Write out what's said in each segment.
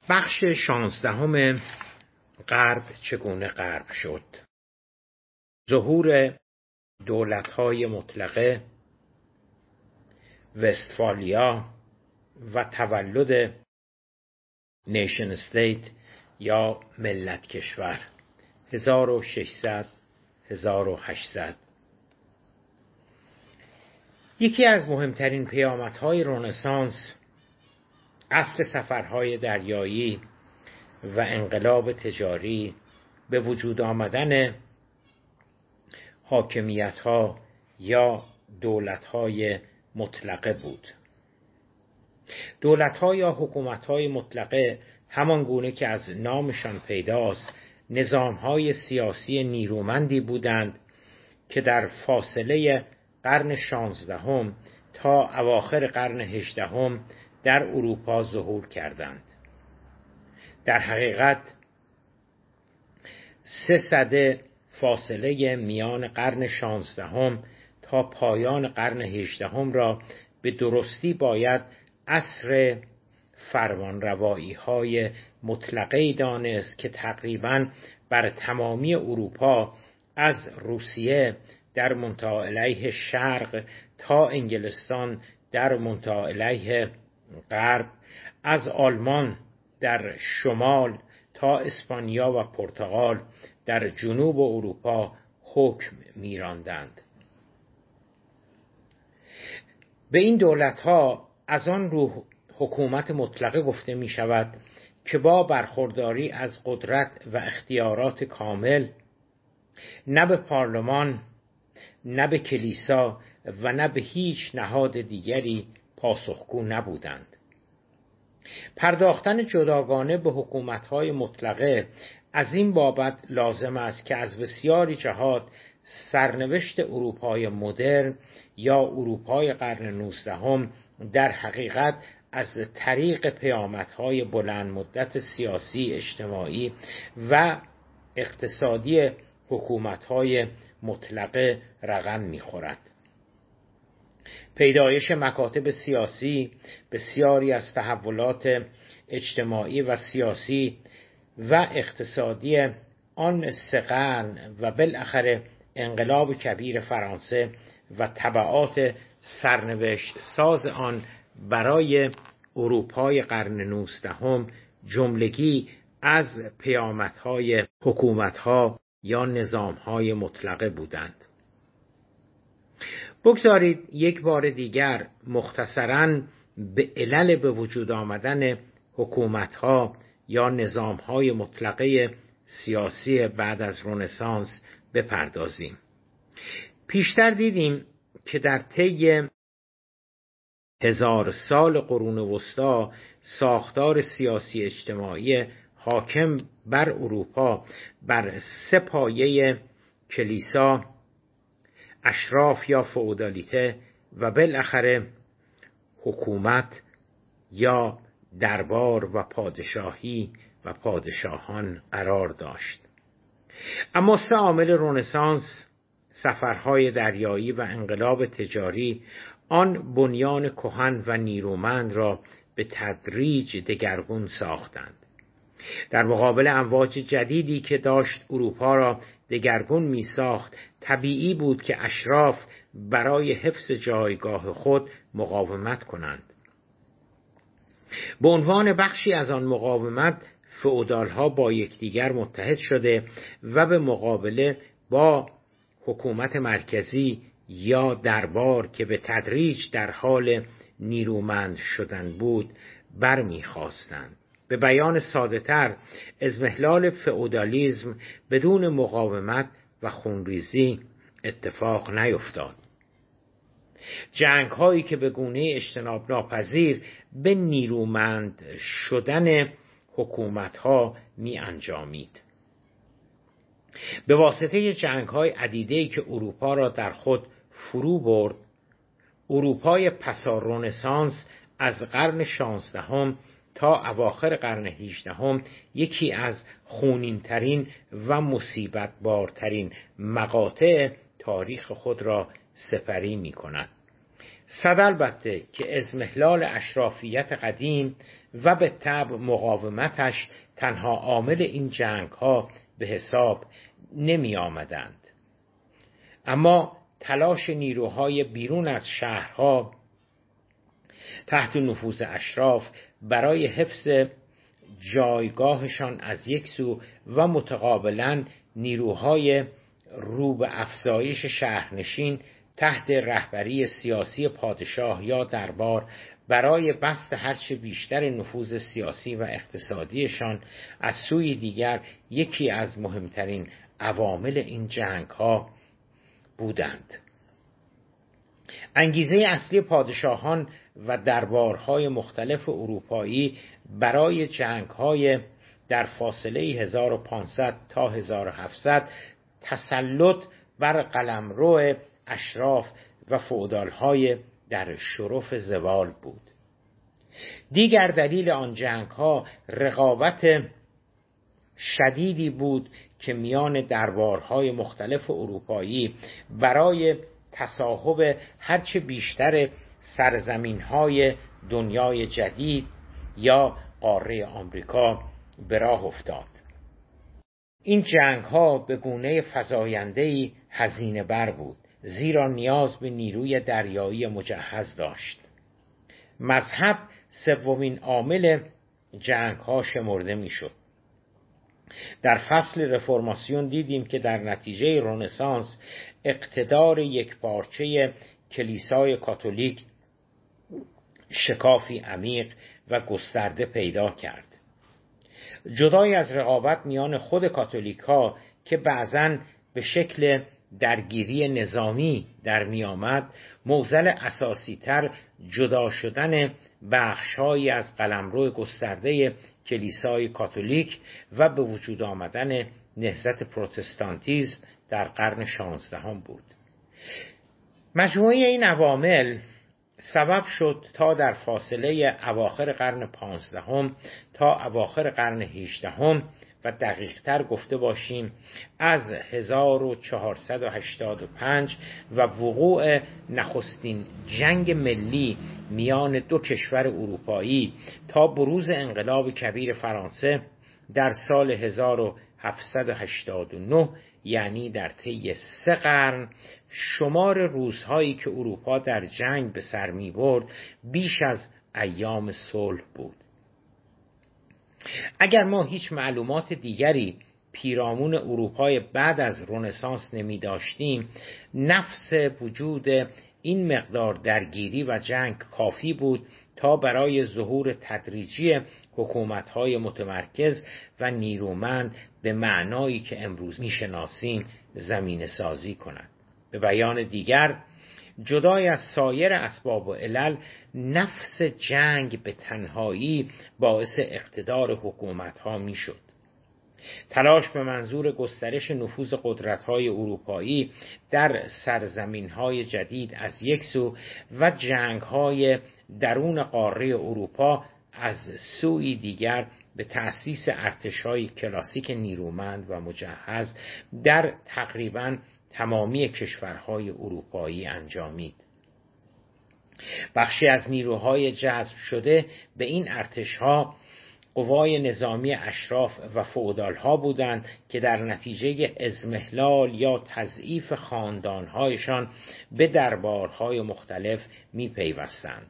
بخش 16 غرب چگونه غرب شد. ظهور دولت‌های مطلقه، وستفالیا و تولد نیشن استیت یا ملت کشور 1600 1800. یکی از مهمترین پیامدهای رنسانس عصر سفرهای دریایی و انقلاب تجاری به وجود آمدن حاکمیت‌ها یا دولت‌های مطلقه بود. دولت‌ها یا حکومت‌های مطلقه همان گونه که از نامشان پیداست نظام‌های سیاسی نیرومندی بودند که در فاصله قرن 16 تا اواخر قرن 18 در اروپا ظهور کردند. در حقیقت 3 سده فاصله میان قرن 16 تا پایان قرن 18 را به درستی باید عصر فرمانروایی‌های مطلقه‌ای دانست که تقریباً بر تمامی اروپا از روسیه در منتهی علیه شرق تا انگلستان در منتهی علیه غرب، از آلمان در شمال تا اسپانیا و پرتغال در جنوب اروپا حکم می‌راندند. به این دولت‌ها از آن رو حکومت مطلقه گفته می‌شود که با برخورداری از قدرت و اختیارات کامل نه به پارلمان، نه به کلیسا و نه به هیچ نهاد دیگری پاسخگو نبودند. پرداختن جداگانه به حکومت‌های مطلقه از این بابت لازم است که از بسیاری جهات سرنوشت اروپای مدرن یا اروپای قرن 19 در حقیقت از طریق پیامدهای بلند مدت سیاسی، اجتماعی و اقتصادی حکومت‌های مطلقه رقم می‌خورد. پیدایش مکاتب سیاسی، بسیاری از تحولات اجتماعی و سیاسی و اقتصادی آن 3 قرن و بالاخره انقلاب کبیر فرانسه و تبعات سرنوشت ساز آن برای اروپای قرن 19 جملگی از پیامدهای حکومت‌ها یا نظام‌های مطلقه بودند. بگذارید یک بار دیگر مختصراً به علل به وجود آمدن حکومت‌ها یا نظام‌های مطلقه سیاسی بعد از رنسانس بپردازیم. پیشتر دیدیم که در طی 1000 سال قرون وسطی ساختار سیاسی اجتماعی حاکم بر اروپا بر 3 پایه کلیسا، اشراف یا فئودالیته و بالاخره حکومت یا دربار و پادشاهی و پادشاهان قرار داشت. اما 3 عامل رنسانس، سفرهای دریایی و انقلاب تجاری، آن بنیان کهن و نیرومند را به تدریج دگرگون ساختند. در مقابل امواج جدیدی که داشت اروپا را دگرگون می ساخت، طبیعی بود که اشراف برای حفظ جایگاه خود مقاومت کنند. به عنوان بخشی از آن مقاومت، فئودال‌ها با یکدیگر متحد شده و به مقابله با حکومت مرکزی یا دربار که به تدریج در حال نیرومند شدن بود برمیخواستند. به بیان ساده‌تر، اضمحلال فئودالیسم بدون مقاومت و خونریزی اتفاق نیفتاد. جنگ‌هایی که به گونه اجتناب ناپذیر به نیرومند شدن حکومت‌ها می انجامید. به واسطه جنگ‌های عدیده‌ای که اروپا را در خود فرو برد، اروپای پسا رنسانس از قرن 16 تا اواخر قرن 18 یکی از خونین‌ترین و مصیبت‌بارترین مقاطع تاریخ خود را سپری می‌کند. صد البته که اضمحلال اشرافیت قدیم و به طبع مقاومتش تنها عامل این جنگ‌ها به حساب نمی آمدند، اما تلاش نیروهای بیرون از شهرها تحت نفوذ اشراف برای حفظ جایگاهشان از یک سو و متقابلاً نیروهای رو به افزایش شهرنشین تحت رهبری سیاسی پادشاه یا دربار برای بسط هرچه بیشتر نفوذ سیاسی و اقتصادیشان از سوی دیگر یکی از مهمترین عوامل این جنگ‌ها بودند. انگیزه اصلی پادشاهان و دربارهای مختلف اروپایی برای جنگ‌های در فاصله 1500 تا 1700 تسلط بر قلمرو اشراف و فئودال‌های در شرف زوال بود. دیگر دلیل آن جنگ‌ها رقابت شدیدی بود که میان دربارهای مختلف اروپایی برای تصاحب هرچه بیشتر سرزمین‌های دنیای جدید یا قاره آمریکا به راه افتاد. این جنگ‌ها به گونه فزاینده‌ای هزینه بر بود، زیرا نیاز به نیروی دریایی مجهز داشت. مذهب سومین عامل جنگ‌ها شمرده می‌شد. در فصل رفرماسیون دیدیم که در نتیجه رنسانس اقتدار یکپارچه کلیسای کاتولیک شکافی عمیق و گسترده پیدا کرد. جدای از رقابت میان خود کاتولیک‌ها که بعضاً به شکل درگیری نظامی در می آمد، معضل اساسی تر جدا شدن بخش‌هایی از قلمرو گسترده کلیسای کاتولیک و به وجود آمدن نهضت پروتستانتیسم در قرن 16 بود. مجموعه این عوامل سبب شد تا در فاصله اواخر قرن 15 تا اواخر قرن 18 و دقیق‌تر گفته باشیم از 1485 و وقوع نخستین جنگ ملی میان دو کشور اروپایی تا بروز انقلاب کبیر فرانسه در سال 1789، یعنی در طی 3 قرن، شمار روزهایی که اروپا در جنگ به سر می برد بیش از ایام صلح بود. اگر ما هیچ معلومات دیگری پیرامون اروپای بعد از رنسانس نمی داشتیم، نفس وجود این مقدار درگیری و جنگ کافی بود تا برای ظهور تدریجی حکومت‌های متمرکز و نیرومند به معنایی که امروز می‌شناسیم زمینه سازی کند. به بیان دیگر، جدای از سایر اسباب و علل، نفس جنگ به تنهایی باعث اقتدار حکومت‌ها می‌شد. تلاش به منظور گسترش نفوذ قدرت‌های اروپایی در سرزمین‌های جدید از یک سو و جنگ‌های درون قاره اروپا از سوی دیگر به تأسیس ارتش‌های کلاسیک نیرومند و مجهز در تقریباً تمامی کشورهای اروپایی انجامید. بخشی از نیروهای جذب شده به این ارتش‌ها قوای نظامی اشراف و فئودال‌ها بودند که در نتیجه اضمحلال یا تضعیف خاندان‌هایشان به دربارهای مختلف می‌پیوستند.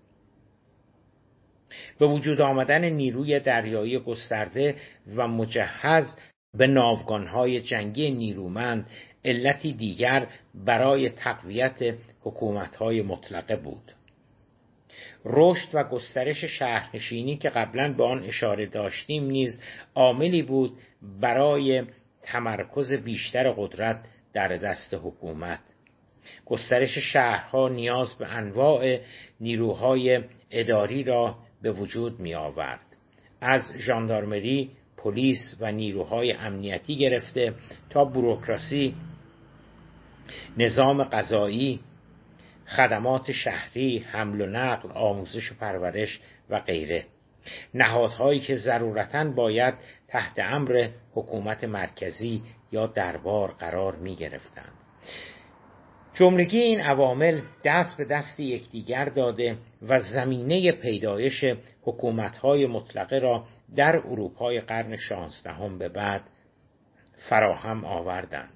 به وجود آمدن نیروی دریایی گسترده و مجهز به ناوگان‌های جنگی نیرومند علتی دیگر برای تقویت حکومت‌های مطلقه بود. رشد و گسترش شهرنشینی که قبلا به آن اشاره داشتیم نیز عاملی بود برای تمرکز بیشتر قدرت در دست حکومت. گسترش شهرها نیاز به انواع نیروهای اداری را به وجود می آورد، از ژاندارمری، پلیس و نیروهای امنیتی گرفته تا بوروکراسی، نظام قضایی، خدمات شهری، حمل و نقل، آموزش و پرورش و غیره. نهادهایی که ضرورتاً باید تحت امر حکومت مرکزی یا دربار قرار می گرفتند. جملگی این عوامل دست به دست یکدیگر داده و زمینه پیدایش حکومت‌های مطلقه را در اروپای قرن 16 به بعد فراهم آوردند.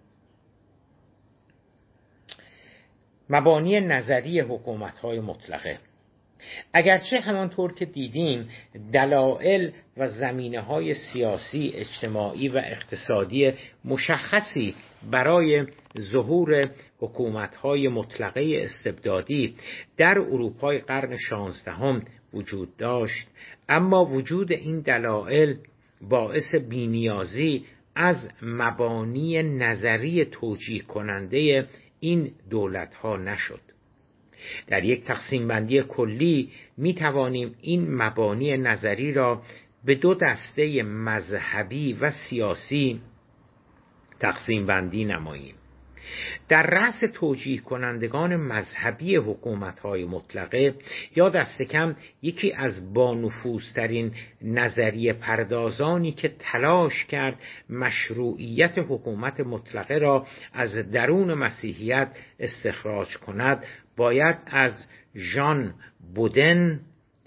مبانی نظری حکومت‌های مطلقه. اگرچه همانطور که دیدیم دلایل و زمینه‌های سیاسی، اجتماعی و اقتصادی مشخصی برای ظهور حکومت‌های مطلقه استبدادی در اروپای قرن 16 وجود داشت، اما وجود این دلایل باعث بی‌نیازی از مبانی نظری توجیه کننده این دولت‌ها نشد. در یک تقسیم بندی کلی می توانیم این مبانی نظری را به دو دسته مذهبی و سیاسی تقسیم بندی نماییم. در رأس توجیه کنندگان مذهبی حکومت‌های مطلقه یا دست کم یکی از بانفوذترین نظریه پردازانی که تلاش کرد مشروعیت حکومت مطلقه را از درون مسیحیت استخراج کند، باید از ژان بودن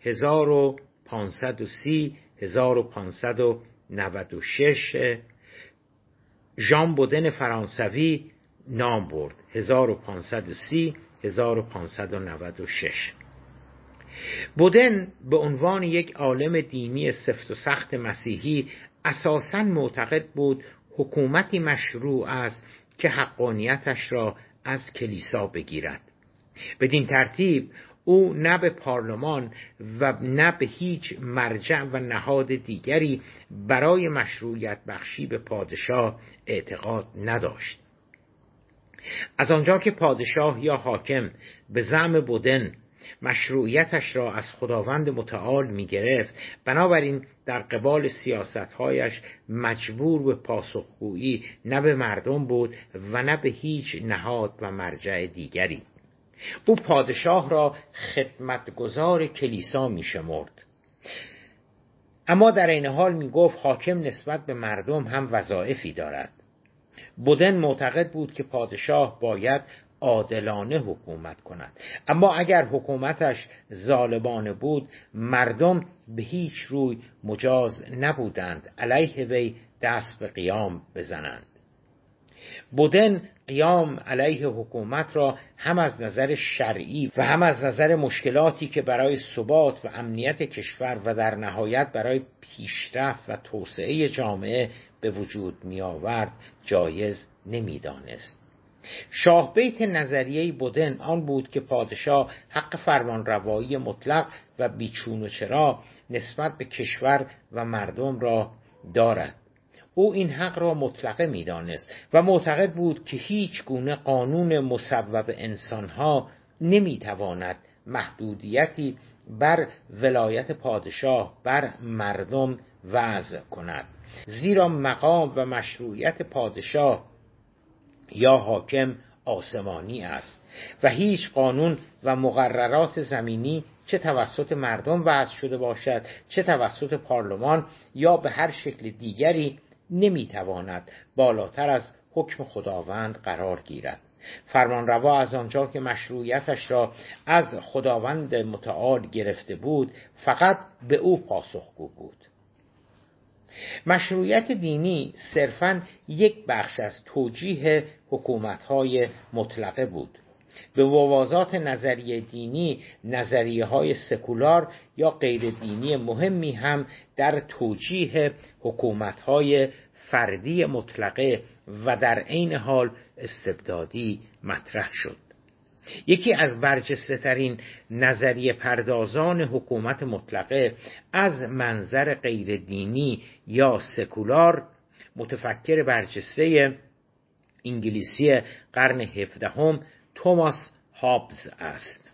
1530-1596 ژان بودن فرانسوی نام برد. 1530-1596 بودن به عنوان یک عالم دینی سفت و سخت مسیحی اساساً معتقد بود حکومتی مشروع است که حقانیتش را از کلیسا بگیرد. بدین ترتیب او نه به پارلمان و نه به هیچ مرجع و نهاد دیگری برای مشروعیت بخشی به پادشاه اعتقاد نداشت. از آنجا که پادشاه یا حاکم به زعم بودن مشروعیتش را از خداوند متعال می گرفت، بنابراین در قبال سیاستهایش مجبور به پاسخگویی نه به مردم بود و نه به هیچ نهاد و مرجع دیگری. او پادشاه را خدمتگزار کلیسا می شمرد، اما در این حال می گفت حاکم نسبت به مردم هم وظایفی دارد. بودن معتقد بود که پادشاه باید عادلانه حکومت کند، اما اگر حکومتش ظالمانه بود مردم به هیچ روی مجاز نبودند علیه وی دست به قیام بزنند. بودن قیام علیه حکومت را هم از نظر شرعی و هم از نظر مشکلاتی که برای ثبات و امنیت کشور و در نهایت برای پیشرفت و توسعه جامعه به وجود می آورد جایز نمی دانست. شاه بیت نظریه بودن آن بود که پادشاه حق فرمانروایی مطلق و بیچون و چرا نسبت به کشور و مردم را دارد. او این حق را مطلقه می دانست و معتقد بود که هیچ گونه قانون مصوب انسانها نمی تواند محدودیتی بر ولایت پادشاه بر مردم وضع کند، زیرا مقام و مشروعیت پادشاه یا حاکم آسمانی است و هیچ قانون و مقررات زمینی چه توسط مردم وضع شده باشد چه توسط پارلمان یا به هر شکل دیگری نمیتواند بالاتر از حکم خداوند قرار گیرد. فرمانروا از آنجا که مشروعیتش را از خداوند متعال گرفته بود فقط به او پاسخگو بود. مشروعیت دینی صرفاً یک بخش از توجیه حکومت‌های مطلقه بود. به موازات نظریه دینی، نظریه‌های سکولار یا غیر دینی مهمی هم در توجیه حکومت‌های فردی مطلقه و در عین حال استبدادی مطرح شد. یکی از برجسته‌ترین نظریه پردازان حکومت مطلقه از منظر غیر دینی یا سکولار متفکر برجسته انگلیسی قرن 17 توماس هابز است.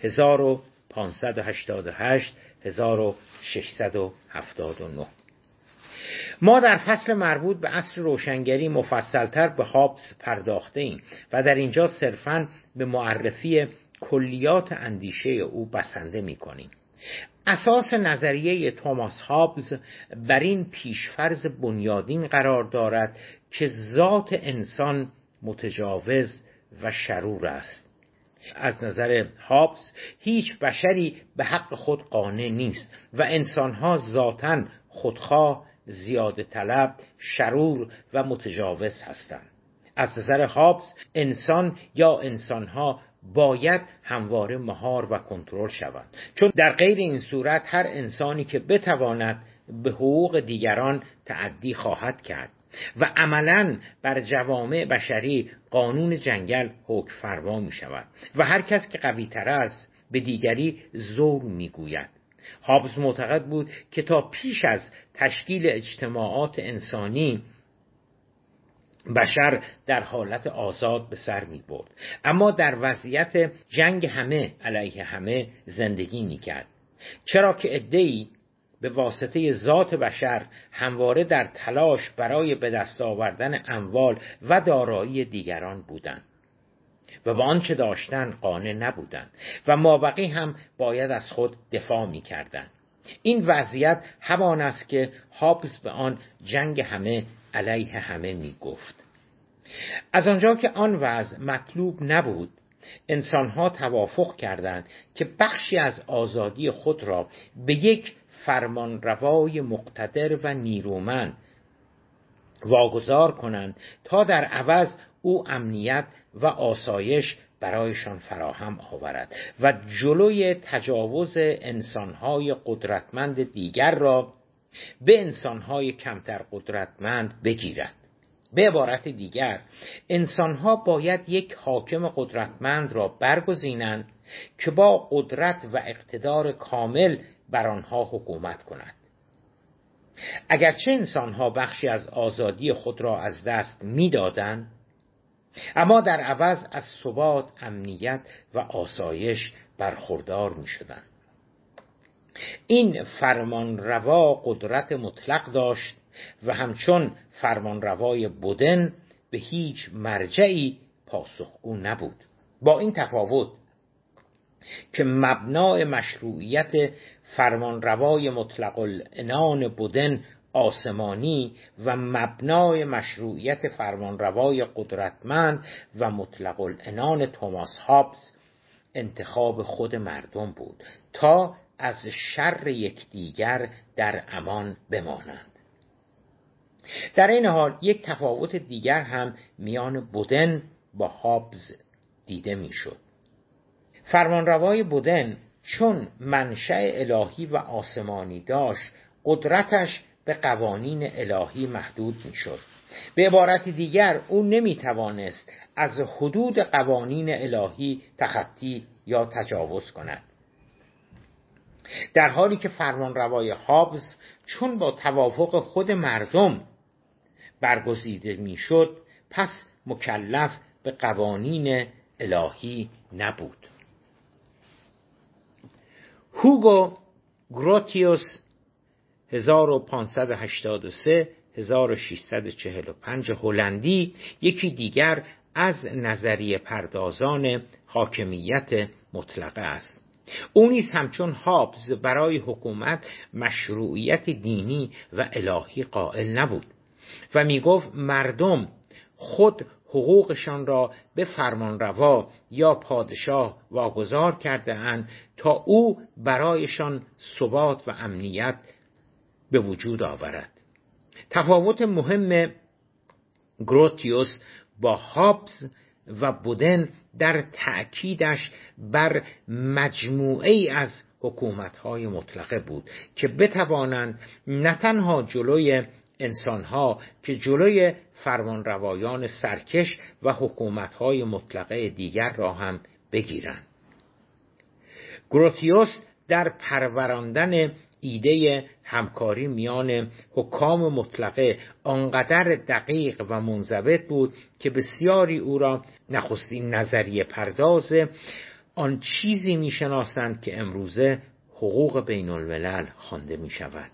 1588-1679. ما در فصل مربوط به عصر روشنگری مفصلتر به هابز پرداخته ایم و در اینجا صرفاً به معرفی کلیات اندیشه او بسنده می کنیم. اساس نظریه توماس هابز بر این پیشفرض بنیادین قرار دارد که ذات انسان متجاوز و شرور است. از نظر هابز هیچ بشری به حق خود قانع نیست و انسانها ذاتاً خودخواه، زیاده طلب، شرور و متجاوز هستند. از نظر هابز انسان یا انسانها باید همواره مهار و کنترل شوند، چون در غیر این صورت هر انسانی که بتواند به حقوق دیگران تعدی خواهد کرد و عملاً بر جوامع بشری قانون جنگل حکم فرما می شود و هر کس که قوی تر است به دیگری زور می گوید. هابز معتقد بود که تا پیش از تشکیل اجتماعات انسانی بشر در حالت آزاد به سر می برد، اما در وضعیت جنگ همه علیه همه زندگی می کرد، چرا که عده‌ای به واسطه ذات بشر همواره در تلاش برای به دست آوردن اموال و دارایی دیگران بودند و با آنچه داشتند قانع نبودند و مابقی هم باید از خود دفاع می کردند. این وضعیت همان است که هابز به آن جنگ همه علیه همه می گفت. از آنجا که آن وضع مطلوب نبود، انسانها توافق کردند که بخشی از آزادی خود را به یک فرمانروای مقتدر و نیرومند واگذار کنند تا در عوض او امنیت و آسایش برایشان فراهم آورد و جلوی تجاوز انسانهای قدرتمند دیگر را به انسانهای کمتر قدرتمند بگیرد. به عبارت دیگر، انسانها باید یک حاکم قدرتمند را برگزینند که با قدرت و اقتدار کامل بر آنها حکومت کند. اگرچه انسانها بخشی از آزادی خود را از دست می‌دادند، اما در عوض از ثبات، امنیت و آسایش برخوردار می‌شدند. این فرمانروا قدرت مطلق داشت و همچون فرمانروای بودن به هیچ مرجعی پاسخگو نبود، با این تفاوت که مبنای مشروعیت فرمانروای مطلق العنان بودن آسمانی و مبنای مشروعیت فرمانروای قدرتمند و مطلق العنان توماس هابز انتخاب خود مردم بود تا از شر یکدیگر در امان بمانند. در این حال یک تفاوت دیگر هم میان بودن با هابز دیده میشد. فرمانروای بودن چون منشأ الهی و آسمانی داشت، قدرتش به قوانین الهی محدود میشد. به عبارت دیگر او نمیتوانست از حدود قوانین الهی تخطی یا تجاوز کند، در حالی که فرمانروای هابز چون با توافق خود مردم برگزیده میشد، پس مکلف به قوانین الهی نبود. هوگو گروتیوس 1583-1645 هلندی یکی دیگر از نظریه پردازان حاکمیت مطلقه است. او نیز همچون هابز برای حکومت مشروعیت دینی و الهی قائل نبود و می گفت مردم خود حقوقشان را به فرمانروا یا پادشاه واگذار کرده اند تا او برایشان ثبات و امنیت به وجود آورد. تفاوت مهم گروتیوس با هابز و بودن در تأکیدش بر مجموعه‌ای از حکومت‌های مطلقه بود که بتوانند نه تنها جلوی انسانها که جلوی فرمانروایان سرکش و حکومت‌های مطلقه دیگر را هم بگیرند. گروتیوس در پروراندن ایده همکاری میان حکام مطلقه آنقدر دقیق و منضبط بود که بسیاری او را نخستین نظریه پرداز آن چیزی میشناسند که امروزه حقوق بین الملل خوانده می شود.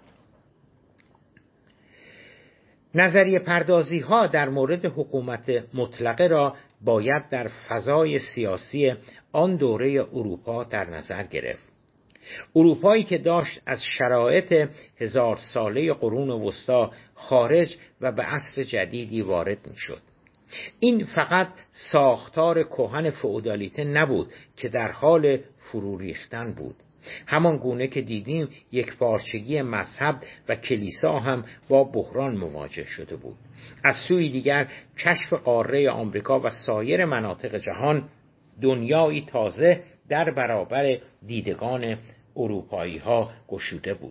نظریه پردازی ها در مورد حکومت مطلقه را باید در فضای سیاسی آن دوره اروپا در نظر گرفت. اروپایی که داشت از شرایط 1000 ساله قرون وسطی خارج و به عصر جدیدی وارد می شد. این فقط ساختار کهن فئودالیته نبود که در حال فرو ریختن بود. همان گونه که دیدیم یکپارچگی مذهب و کلیسا هم با بحران مواجه شده بود. از سوی دیگر کشف قاره آمریکا و سایر مناطق جهان دنیایی تازه در برابر دیدگان اروپایی ها گشوده بود.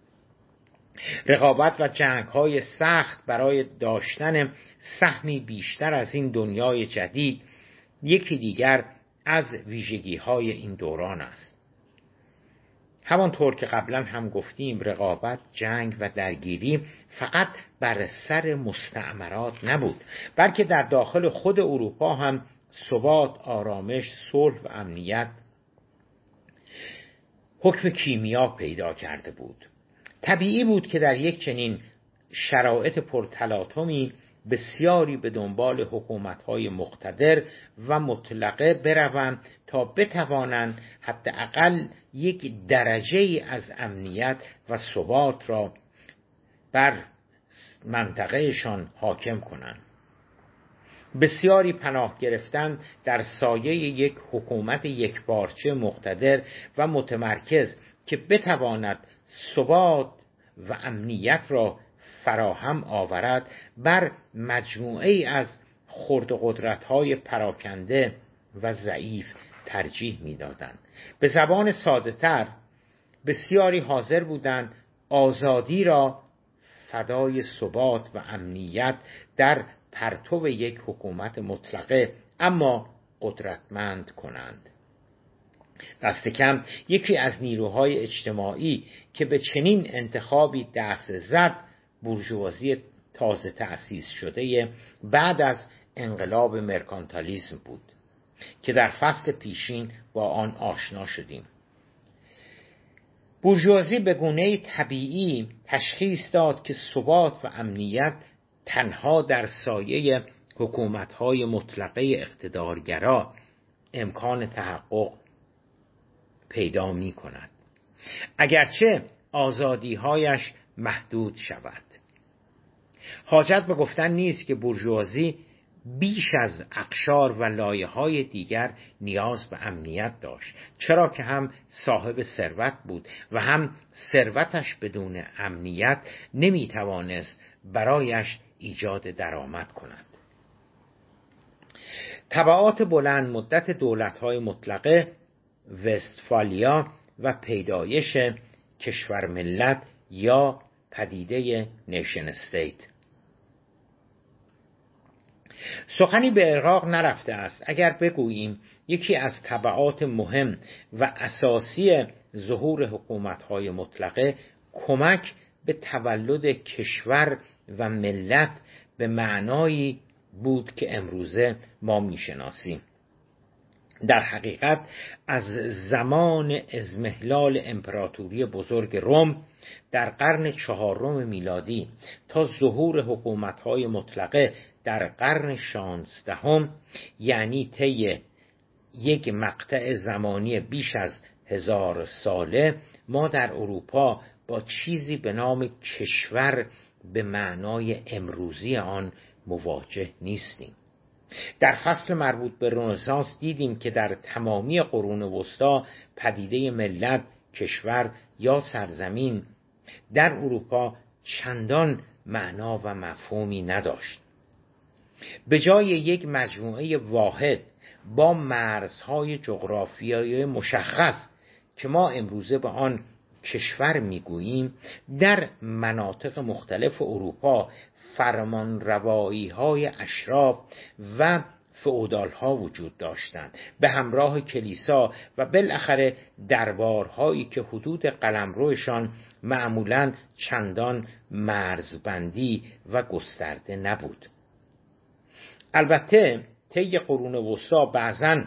رقابت و جنگ‌های سخت برای داشتن سهمی بیشتر از این دنیای جدید یکی دیگر از ویژگی‌های این دوران است. همانطور که قبلا هم گفتیم رقابت، جنگ و درگیری فقط بر سر مستعمرات نبود، بلکه در داخل خود اروپا هم ثبات، آرامش، صلح و امنیت حکم کیمیا پیدا کرده بود. طبیعی بود که در یک چنین شرایط پرتلاطمی بسیاری به دنبال حکومت‌های مقتدر و مطلقه بروند تا بتوانند حداقل یک درجه از امنیت و ثبات را بر منطقهشان حاکم کنند. بسیاری پناه گرفتن در سایه یک حکومت یکپارچه مقتدر و متمرکز که بتواند ثبات و امنیت را فراهم آورد بر مجموعه از خرد و قدرت‌های پراکنده و ضعیف ترجیح می‌دادند. به زبان ساده‌تر بسیاری حاضر بودند آزادی را فدای ثبات و امنیت در پرتو یک حکومت مطلقه اما قدرتمند کنند. دست کم یکی از نیروهای اجتماعی که به چنین انتخابی دست زد بورژوازی تازه تأسیس شده بعد از انقلاب مرکانتالیسم بود که در فصل پیشین با آن آشنا شدیم. بورژوازی به گونه‌ای طبیعی تشخیص داد که ثبات و امنیت تنها در سایه حکومت‌های مطلقه اقتدارگرا امکان تحقق پیدا می‌کند، اگرچه آزادی‌هایش محدود شود. حاجت به گفتن نیست که بورژوازی بیش از اقشار و لایه‌های دیگر نیاز به امنیت داشت، چرا که هم صاحب ثروت بود و هم ثروتش بدون امنیت نمی‌توانست برایش ایجاد درآمد کند. تبعات بلند مدت دولت‌های مطلقه، وستفالیا و پیدایش کشور ملت یا پدیده نیشن استیت. سخنی به عراق نرفته است اگر بگوییم یکی از تبعات مهم و اساسی ظهور حکومت‌های مطلقه کمک به تولد کشور و ملت به معنایی بود که امروزه ما میشناسیم. در حقیقت از زمان اضمحلال امپراتوری بزرگ روم در قرن 4 میلادی تا ظهور حکومت‌های مطلقه در قرن 16 یعنی طی یک مقطع زمانی بیش از 1000 ساله ما در اروپا با چیزی به نام کشور به معنای امروزی آن مواجه نیستیم. در فصل مربوط به رنسانس دیدیم که در تمامی قرون وسطا پدیده ملت، کشور یا سرزمین در اروپا چندان معنا و مفهومی نداشت. به جای یک مجموعه واحد با مرزهای جغرافیایی مشخص که ما امروزه به آن کشور میگوییم، در مناطق مختلف اروپا فرمانروایی‌های اشراف و فئودال‌ها وجود داشتند به همراه کلیسا و بالاخره دربارهایی که حدود قلمروشان معمولاً چندان مرزبندی و گسترده نبود. البته طی قرون وسطی بعضاً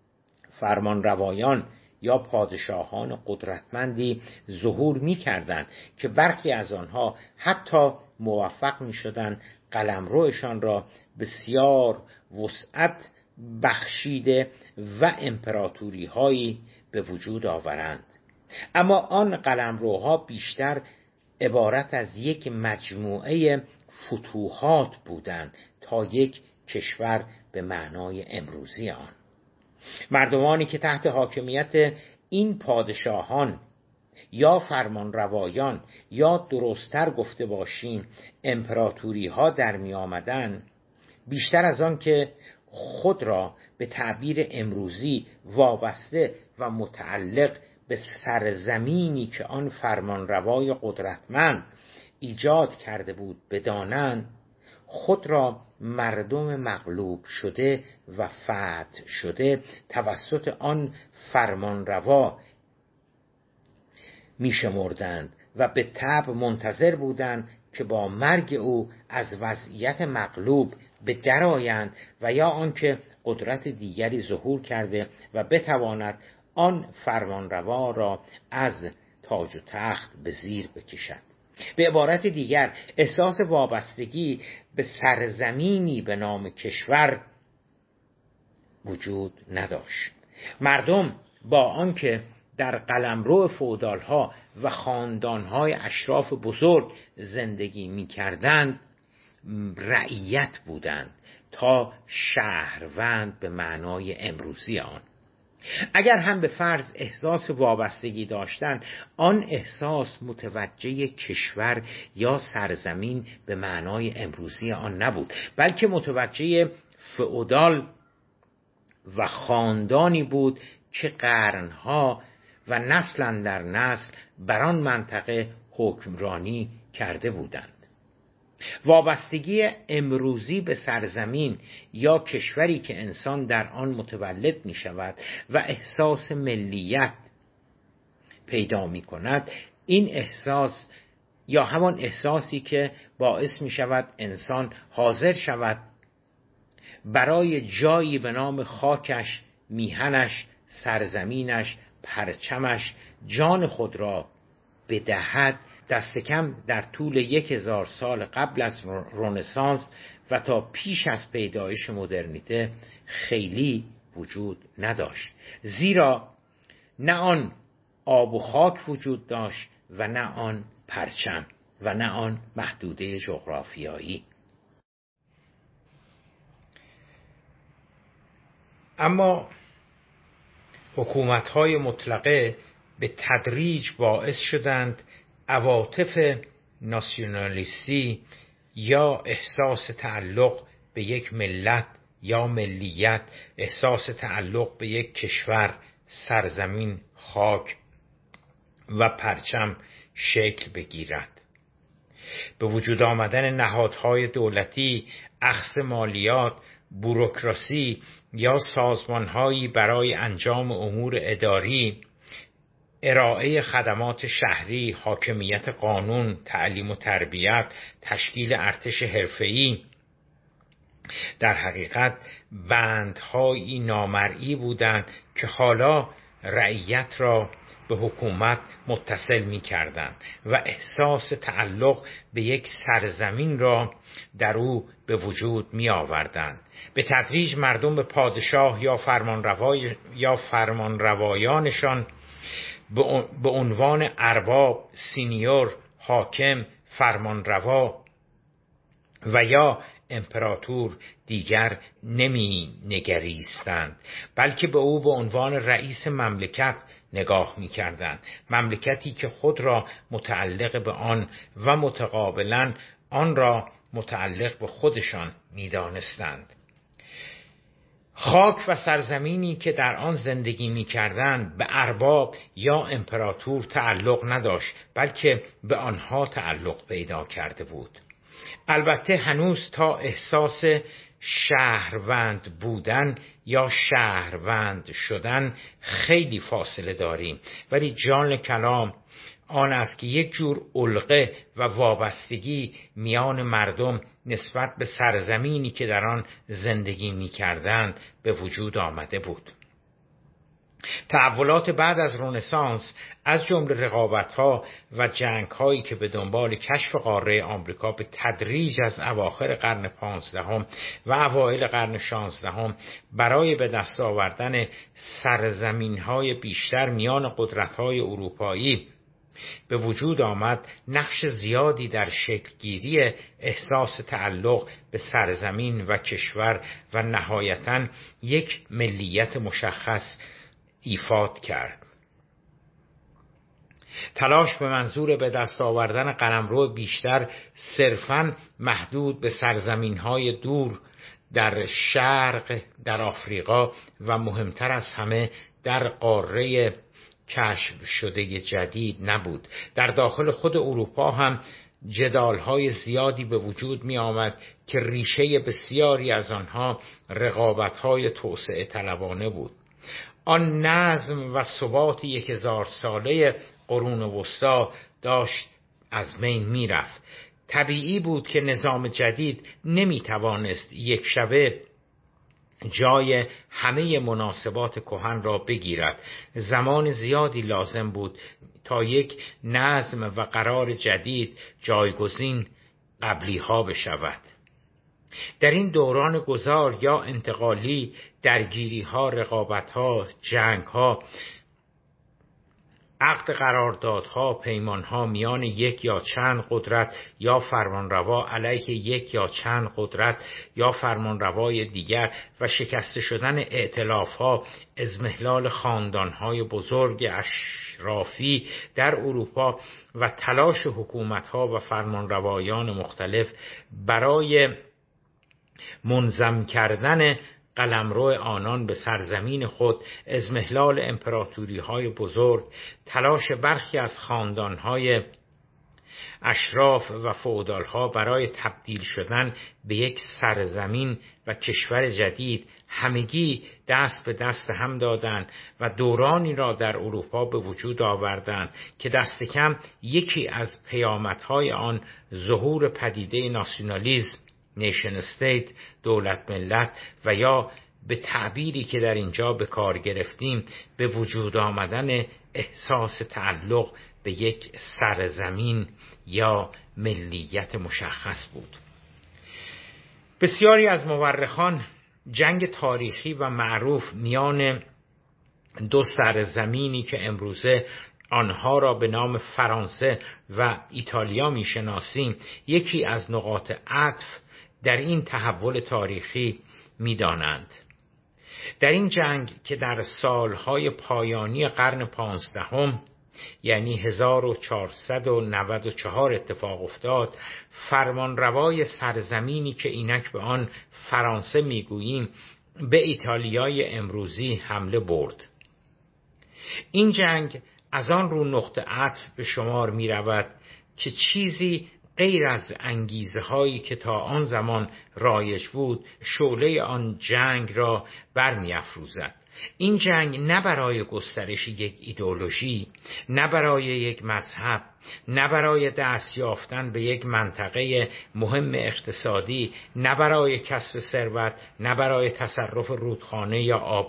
فرمانروایان یا پادشاهان قدرتمندی ظهور می‌کردند که برخی از آنها حتی موفق می‌شدند قلمروشان را بسیار وسعت بخشیده و امپراتوری‌هایی به وجود آورند، اما آن قلمروها بیشتر عبارت از یک مجموعه فتوحات بودند تا یک کشور به معنای امروزی آن. مردمانی که تحت حاکمیت این پادشاهان یا فرمانروایان یا درست‌تر گفته باشیم امپراتوری ها در می آمدن، بیشتر از آن که خود را به تعبیر امروزی وابسته و متعلق به سرزمینی که آن فرمانروای قدرتمند ایجاد کرده بود بدانند، خود را مردم مغلوب شده و فتح شده توسط آن فرمانروا می شمردند و به طبع منتظر بودند که با مرگ او از وضعیت مغلوب به درآیند و یا آنکه قدرت دیگری ظهور کرده و بتواند آن فرمانروا را از تاج و تخت به زیر بکشد. به عبارت دیگر احساس وابستگی به سرزمینی به نام کشور وجود نداشت. مردم با آنکه در قلمرو فئودال‌ها و خاندان‌های اشراف بزرگ زندگی می‌کردند، رعیت بودند تا شهروند به معنای امروزی آن. اگر هم به فرض احساس وابستگی داشتند، آن احساس متوجه کشور یا سرزمین به معنای امروزی آن نبود، بلکه متوجه فئودال و خاندانی بود که قرنها و نسل اندر نسل بر آن منطقه حکمرانی کرده بودند. وابستگی امروزی به سرزمین یا کشوری که انسان در آن متولد می شود و احساس ملیت پیدا می کند، این احساس یا همان احساسی که باعث می شود انسان حاضر شود برای جایی به نام خاکش، میهنش، سرزمینش، پرچمش جان خود را بدهد، دست کم در طول 1000 سال قبل از رنسانس و تا پیش از پیدایش مدرنیته خیلی وجود نداشت، زیرا نه آن آب و خاک وجود داشت و نه آن پرچم و نه آن محدوده جغرافیایی. اما حکومت‌های مطلقه به تدریج باعث شدند عواطف ناسیونالیستی یا احساس تعلق به یک ملت یا ملیت، احساس تعلق به یک کشور، سرزمین، خاک و پرچم شکل بگیرد. به وجود آمدن نهادهای دولتی، اخذ مالیات، بوروکراسی یا سازمانهایی برای انجام امور اداری، ارائه خدمات شهری، حاکمیت قانون، تعلیم و تربیت، تشکیل ارتش حرفه‌ای، در حقیقت بندهایی نامرئی بودند که حالا رعیت را به حکومت متصل می کردند و احساس تعلق به یک سرزمین را در او به وجود می آوردند. به تدریج مردم به پادشاه یا فرمانروایانشان به عنوان ارباب، سینیور، حاکم، فرمانروا و یا امپراتور دیگر نمی نگریستند، بلکه به او به عنوان رئیس مملکت نگاه می کردند، مملکتی که خود را متعلق به آن و متقابلا آن را متعلق به خودشان می دانستند. خاک و سرزمینی که در آن زندگی می کردند به ارباب یا امپراتور تعلق نداشت، بلکه به آنها تعلق پیدا کرده بود. البته هنوز تا احساس شهروند بودن یا شهروند شدن خیلی فاصله داریم، ولی جان کلام آن است که یک جور علقه و وابستگی میان مردم نسبت به سرزمینی که در آن زندگی می‌کردند به وجود آمده بود. تحولات بعد از رنسانس از جمله رقابت‌ها و جنگ‌هایی که به دنبال کشف قاره آمریکا به تدریج از اواخر قرن 15 و اوایل قرن 16 برای به دست آوردن سرزمین‌های بیشتر میان قدرت‌های اروپایی به وجود آمد نقش زیادی در شکلگیری احساس تعلق به سرزمین و کشور و نهایتاً یک ملیت مشخص ایفاد کرد. تلاش به منظور به دست آوردن قلمرو بیشتر صرفاً محدود به سرزمین‌های دور در شرق، در آفریقا و مهمتر از همه در قاره کشف شده جدید نبود. در داخل خود اروپا هم جدال‌های زیادی به وجود می آمد که ریشه بسیاری از آنها رقابت‌های توسعه طلبانه بود. آن نظم و ثبات 1000 ساله قرون وسطی داشت از بین می رفت. طبیعی بود که نظام جدید نمی توانست یک شبه جای همه مناسبات کهن را بگیرد. زمان زیادی لازم بود تا یک نظم و قرار جدید جایگزین قبلی ها بشود. در این دوران گذار یا انتقالی درگیری ها، رقابت ها، جنگ ها، عقد قراردادها، پیمانها میان یک یا چند قدرت یا فرمانروا علیه یک یا چند قدرت یا فرمانروای دیگر و شکسته شدن ائتلافها، اضمحلال خاندانهای بزرگ اشرافی در اروپا و تلاش حکومتها و فرمانروایان مختلف برای منظم کردن قلمرو آنان به سرزمین خود، اضمحلال امپراتوری‌های بزرگ، تلاش برخی از خاندان‌های اشراف و فئودال‌ها برای تبدیل شدن به یک سرزمین و کشور جدید، همگی دست به دست هم دادند و دورانی را در اروپا به وجود آوردند که دست کم یکی از پیامدهای آن ظهور پدیده ناسیونالیسم، نیشن استیت، دولت ملت و یا به تعبیری که در اینجا به کار گرفتیم به وجود آمدن احساس تعلق به یک سرزمین یا ملیت مشخص بود. بسیاری از مورخان جنگ تاریخی و معروف میان دو سرزمینی که امروزه آنها را به نام فرانسه و ایتالیا میشناسیم یکی از نقاط عطف در این تحول تاریخی می‌دانند. در این جنگ که در سالهای پایانی قرن 15 یعنی 1494 اتفاق افتاد، فرمانروای سرزمینی که اینک به آن فرانسه میگوییم به ایتالیای امروزی حمله برد. این جنگ از آن رو نقطه عطف به شمار می رود که چیزی غیر از انگیزه هایی که تا آن زمان رایج بود شعله آن جنگ را برمی افروزد. این جنگ نه برای گسترش یک ایدئولوژی، نه برای یک مذهب، نه برای دست یافتن به یک منطقه مهم اقتصادی، نه برای کسب ثروت، نه برای تصرف رودخانه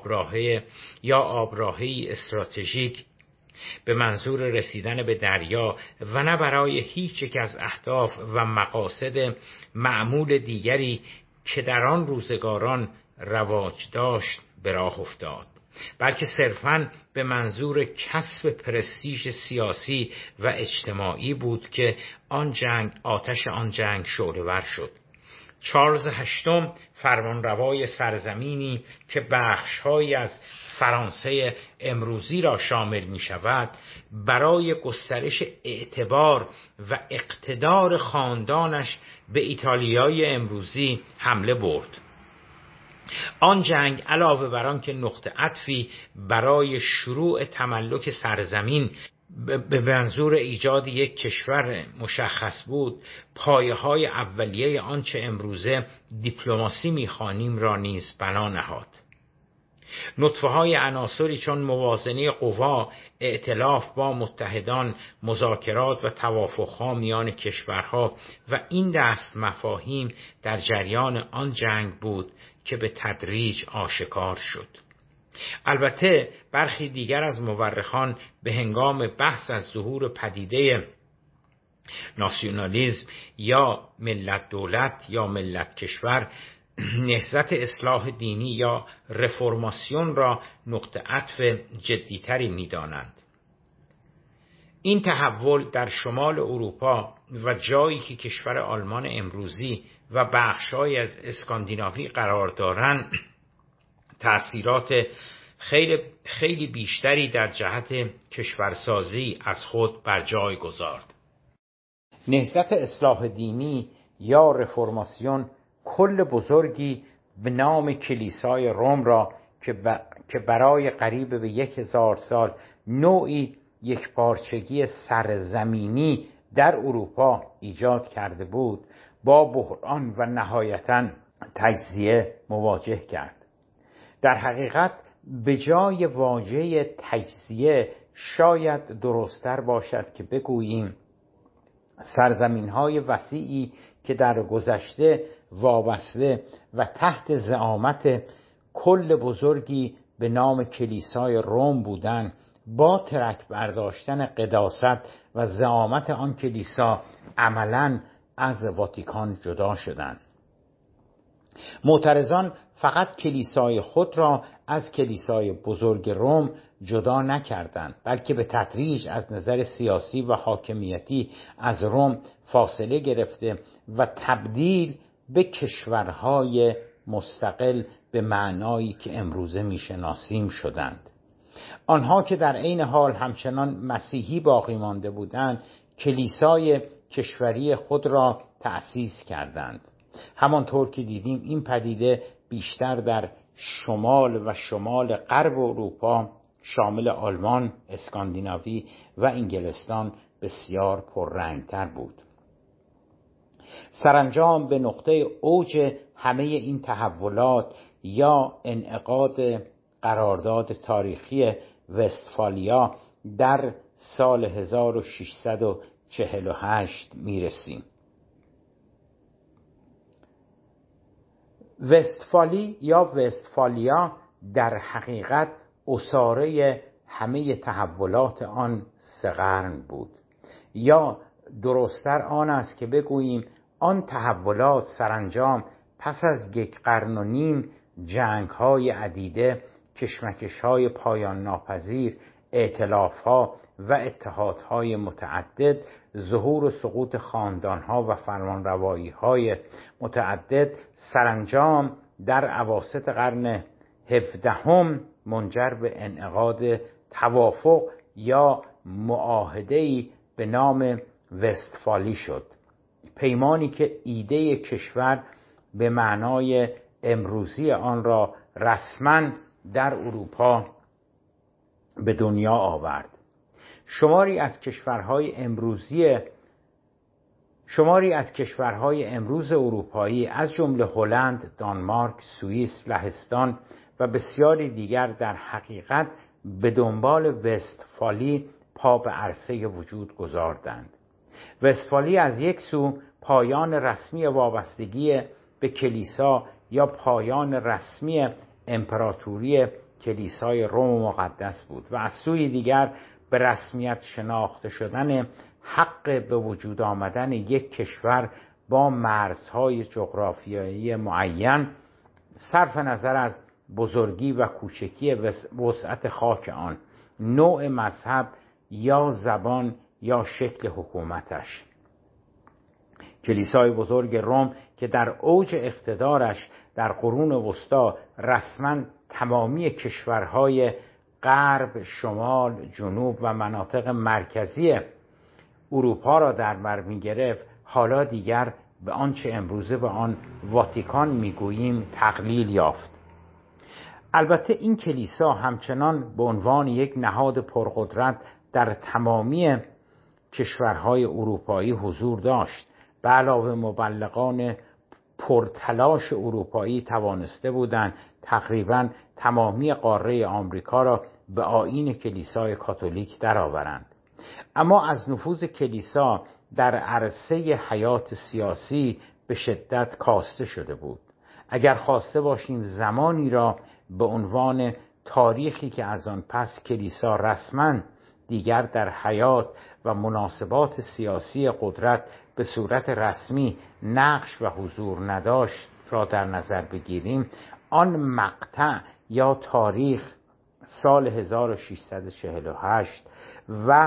یا آبراهی استراتژیک به منظور رسیدن به دریا و نه برای هیچ یک از اهداف و مقاصد معمول دیگری که در آن روزگاران رواج داشت به راه افتاد، بلکه صرفاً به منظور کسب پرستیژ سیاسی و اجتماعی بود که آتش آن جنگ شعله‌ور شد. چارلز هشتم فرمانروای سرزمینی که بخش‌هایی از فرانسه امروزی را شامل می شود برای گسترش اعتبار و اقتدار خاندانش به ایتالیای امروزی حمله برد. آن جنگ علاوه بر آن که نقطه عطفی برای شروع تملک سرزمین به منظور ایجاد یک کشور مشخص بود، پایه‌های اولیه آنچه امروزه دیپلماسی می‌خوانیم را نیز بنا نهاد. نطفه‌های عناصری چون موازنه قوا، ائتلاف با متحدان، مذاکرات و توافق‌ها میان کشورها و این دست مفاهیم در جریان آن جنگ بود که به تدریج آشکار شد. البته برخی دیگر از مورخان به هنگام بحث از ظهور پدیده ناسیونالیسم یا ملت دولت یا ملت کشور نهضت اصلاح دینی یا رفرماسیون را نقطه عطف جدیتری می دانند. این تحول در شمال اروپا و جایی که کشور آلمان امروزی و بخش‌هایی از اسکاندیناوی قرار دارند تأثیرات خیلی بیشتری در جهت کشورسازی از خود بر جای گذارد. نهضت اصلاح دینی یا رفرماسیون کل بزرگی به نام کلیسای روم را که برای قریب به 1000 سال نوعی یکپارچگی سرزمینی در اروپا ایجاد کرده بود، با بحران و نهایتاً تجزیه مواجه کرد. در حقیقت به جای واژه تجزیه شاید درست‌تر باشد که بگوییم سرزمین‌های وسیعی که در گذشته وابسته و تحت زعامت کل بزرگی به نام کلیسای روم بودند، با ترک برداشتن قداست و زعامت آن کلیسا عملاً از واتیکان جدا شدند. معترضان فقط کلیسای خود را از کلیسای بزرگ روم جدا نکردند، بلکه به تدریج از نظر سیاسی و حاکمیتی از روم فاصله گرفته و تبدیل به کشورهای مستقل به معنایی که امروزه میشناسیم شدند. آنها که در عین حال همچنان مسیحی باقی مانده بودند، کلیسای کشوری خود را تأسیس کردند. همانطور که دیدیم این پدیده بیشتر در شمال و شمال غرب اروپا شامل آلمان، اسکاندیناوی و انگلستان بسیار پررنگتر بود. سرانجام به نقطه اوج همه این تحولات یا انعقاد قرارداد تاریخی وستفالیا در سال 1648 میرسیم. وستفالی یا وستفالیا در حقیقت اساره همه تحولات آن 3 قرن بود، یا درست‌تر آن است که بگوییم آن تحولات سرانجام پس از 1.5 قرن جنگ‌های عدیده، کشمکش‌های پایان ناپذیر، ائتلاف‌ها و اتحادهای متعدد، ظهور و سقوط خاندان‌ها و فرمانروایی‌های متعدد سرانجام در اواسط قرن 17 منجر به انعقاد توافق یا معاهده‌ای به نام وستفالی شد، پیمانی که ایده کشور به معنای امروزی آن را رسما در اروپا به دنیا آورد. شماری از کشورهای امروز اروپایی از جمله هلند، دانمارک، سوئیس، لهستان و بسیاری دیگر در حقیقت به دنبال وستفالی پا به عرصه وجود گذاردند. وستفالی از یک سو پایان رسمی وابستگی به کلیسا یا پایان رسمی امپراتوری کلیسای روم مقدس بود و از سوی دیگر به رسمیت شناخته شدن حق به وجود آمدن یک کشور با مرزهای جغرافیایی معین، صرف نظر از بزرگی و کوچکی وسعت خاک آن، نوع مذهب یا زبان یا شکل حکومتش. کلیسای بزرگ روم که در اوج اقتدارش در قرون وسطی رسما تمامی کشورهای غرب، شمال، جنوب و مناطق مرکزی اروپا را در بر می‌گرفت، حالا دیگر به آنچه امروزه به آن واتیکان می‌گوییم تقلیل یافت. البته این کلیسا همچنان به عنوان یک نهاد پرقدرت در تمامی کشورهای اروپایی حضور داشت. به علاوه مبلغان پرتلاش اروپایی توانسته بودند تقریباً تمامی قاره آمریکا را به آیین کلیسای کاتولیک درآورند. اما از نفوذ کلیسا در عرصه حیات سیاسی به شدت کاسته شده بود. اگر خواسته باشیم زمانی را به عنوان تاریخی که از آن پس کلیسا رسما دیگر در حیات و مناسبات سیاسی قدرت به صورت رسمی نقش و حضور نداشت را در نظر بگیریم، آن مقطع یا تاریخ سال 1648 و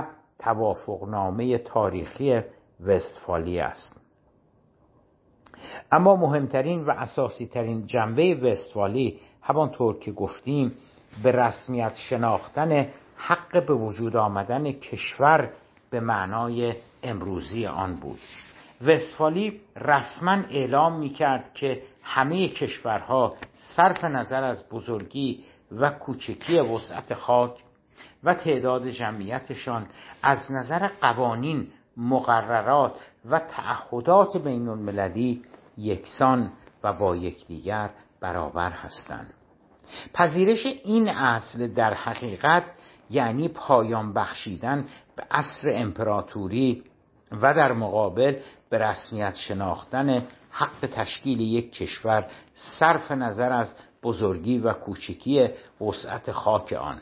توافقنامه تاریخی وستفالی است. اما مهمترین و اساسی ترین جنبه وستفالی همانطور که گفتیم به رسمیت شناختن حق به وجود آمدن کشور به معنای امروزی آن بود. وستفالی رسما اعلام می‌کرد که همه کشورها صرف نظر از بزرگی و کوچکی وسعت خاک و تعداد جمعیتشان از نظر قوانین، مقررات و تعهدات بین المللی یکسان و با یکدیگر برابر هستند. پذیرش این اصل در حقیقت یعنی پایان بخشیدن به عصر امپراتوری و در مقابل به رسمیت شناختن حق تشکیل یک کشور صرف نظر از بزرگی و کوچکی وسعت خاک آن.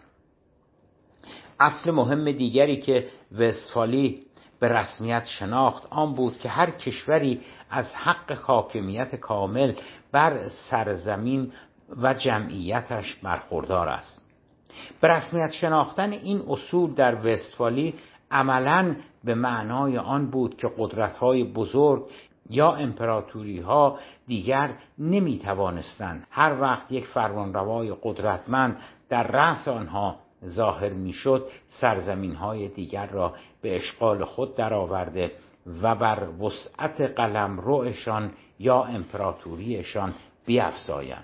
اصل مهم دیگری که وستفالی به رسمیت شناخت آن بود که هر کشوری از حق حاکمیت کامل بر سرزمین و جمعیتش برخوردار است. به رسمیت شناختن این اصول در وستفالی عملاً به معنای آن بود که قدرت‌های بزرگ یا امپراتوری‌ها دیگر نمی‌توانستند هر وقت یک فرمانروای قدرتمند در رأس آنها ظاهر می‌شد سرزمین‌های دیگر را به اشغال خود درآورده و بر وسعت قلمروشان یا امپراتوریشان بیفزایند.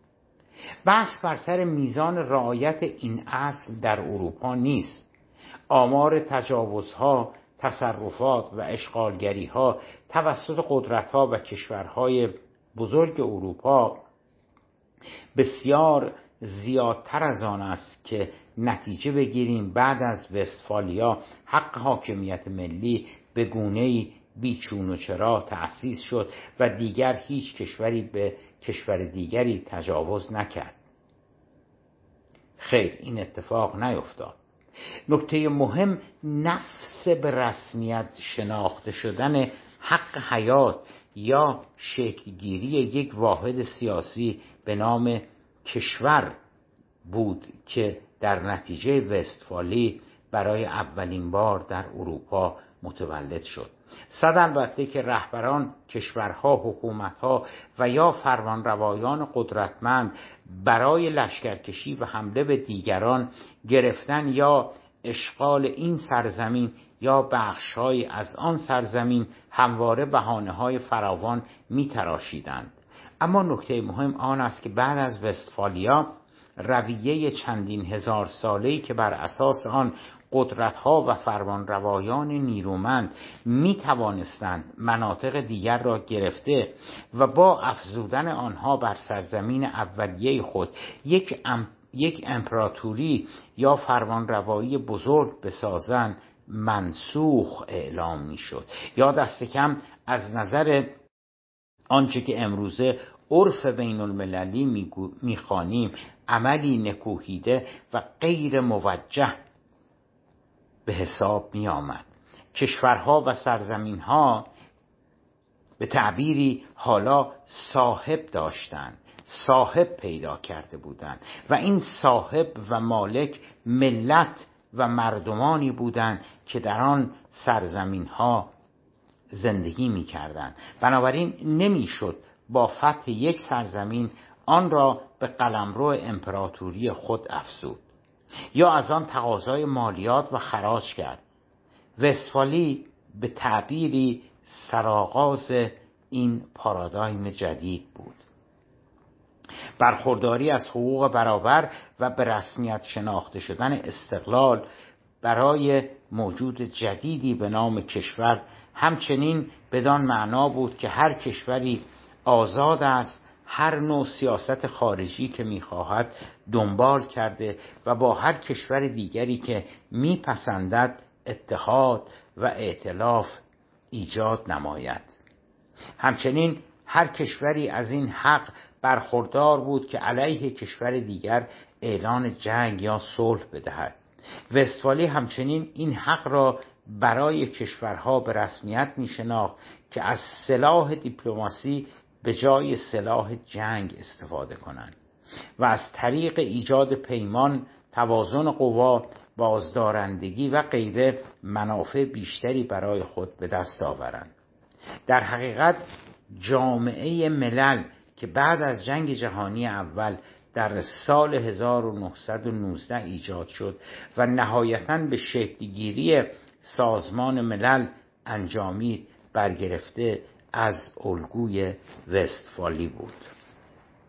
بحث بر سر میزان رعایت این اصل در اروپا نیست. آمار تجاوزها، تصرفات و اشغالگری‌ها توسط قدرت‌ها و کشورهای بزرگ اروپا بسیار زیادتر از آن است که نتیجه بگیریم بعد از وستفالیا حق حاکمیت ملی به گونه‌ای بیچون و چرا تأسیس شد و دیگر هیچ کشوری به کشور دیگری تجاوز نکرد. خیر، این اتفاق نیفتاد. نکته مهم نفس به رسمیت شناخته شدن حق حیات یا شکلگیری یک واحد سیاسی به نام کشور بود که در نتیجه وستفالی برای اولین بار در اروپا متولد شد. صد البته که رهبران کشورها، حکومتها و یا فرمانروایان قدرتمند برای لشکرکشی و حمله به دیگران، گرفتن یا اشغال این سرزمین یا بخش‌های از آن سرزمین همواره بهانه‌های فراوان می‌تراشیدند. اما نکته مهم آن است که بعد از وستفالیا رویه چندین هزار ساله‌ای که بر اساس آن قدرت‌ها و فرمانروایان نیرومند می‌توانستند مناطق دیگر را گرفته و با افزودن آنها بر سرزمین اولیه خود یک امپراتوری یا فرمانروایی بزرگ بسازند، منسوخ اعلام می‌شد یا دست کم از نظر آنچه که امروزه عرف بین المللی می‌خوانیم عملی نکوهیده و غیر موجه به حساب می آمد. کشورها و سرزمینها به تعبیری حالا صاحب داشتند، صاحب پیدا کرده بودند و این صاحب و مالک ملت و مردمانی بودند که در آن سرزمینها زندگی می کردند. بنابراین نمیشد با فتح یک سرزمین آن را به قلمرو امپراتوری خود افزود یا از آن تقاضای مالیات و خراج کرد. وستفالی به تعبیری سرآغاز این پارادایم جدید بود. برخورداری از حقوق برابر و به رسمیت شناخته شدن استقلال برای موجود جدیدی به نام کشور همچنین بدان معنا بود که هر کشوری آزاد است هر نوع سیاست خارجی که می‌خواهد دنبال کرده و با هر کشور دیگری که می‌پسندد اتحاد و ائتلاف ایجاد نماید. همچنین هر کشوری از این حق برخوردار بود که علیه کشور دیگر اعلان جنگ یا صلح بدهد. وستفالی همچنین این حق را برای کشورها به رسمیت می‌شناخت که از سلاح دیپلماسی به جای سلاح جنگ استفاده کنند و از طریق ایجاد پیمان توازن قوا بازدارندگی و غیره منافع بیشتری برای خود به دست آورند. در حقیقت جامعه ملل که بعد از جنگ جهانی اول در سال 1919 ایجاد شد و نهایتاً به شکل‌گیری سازمان ملل انجامید، برگرفته از الگوی وستفالی بود.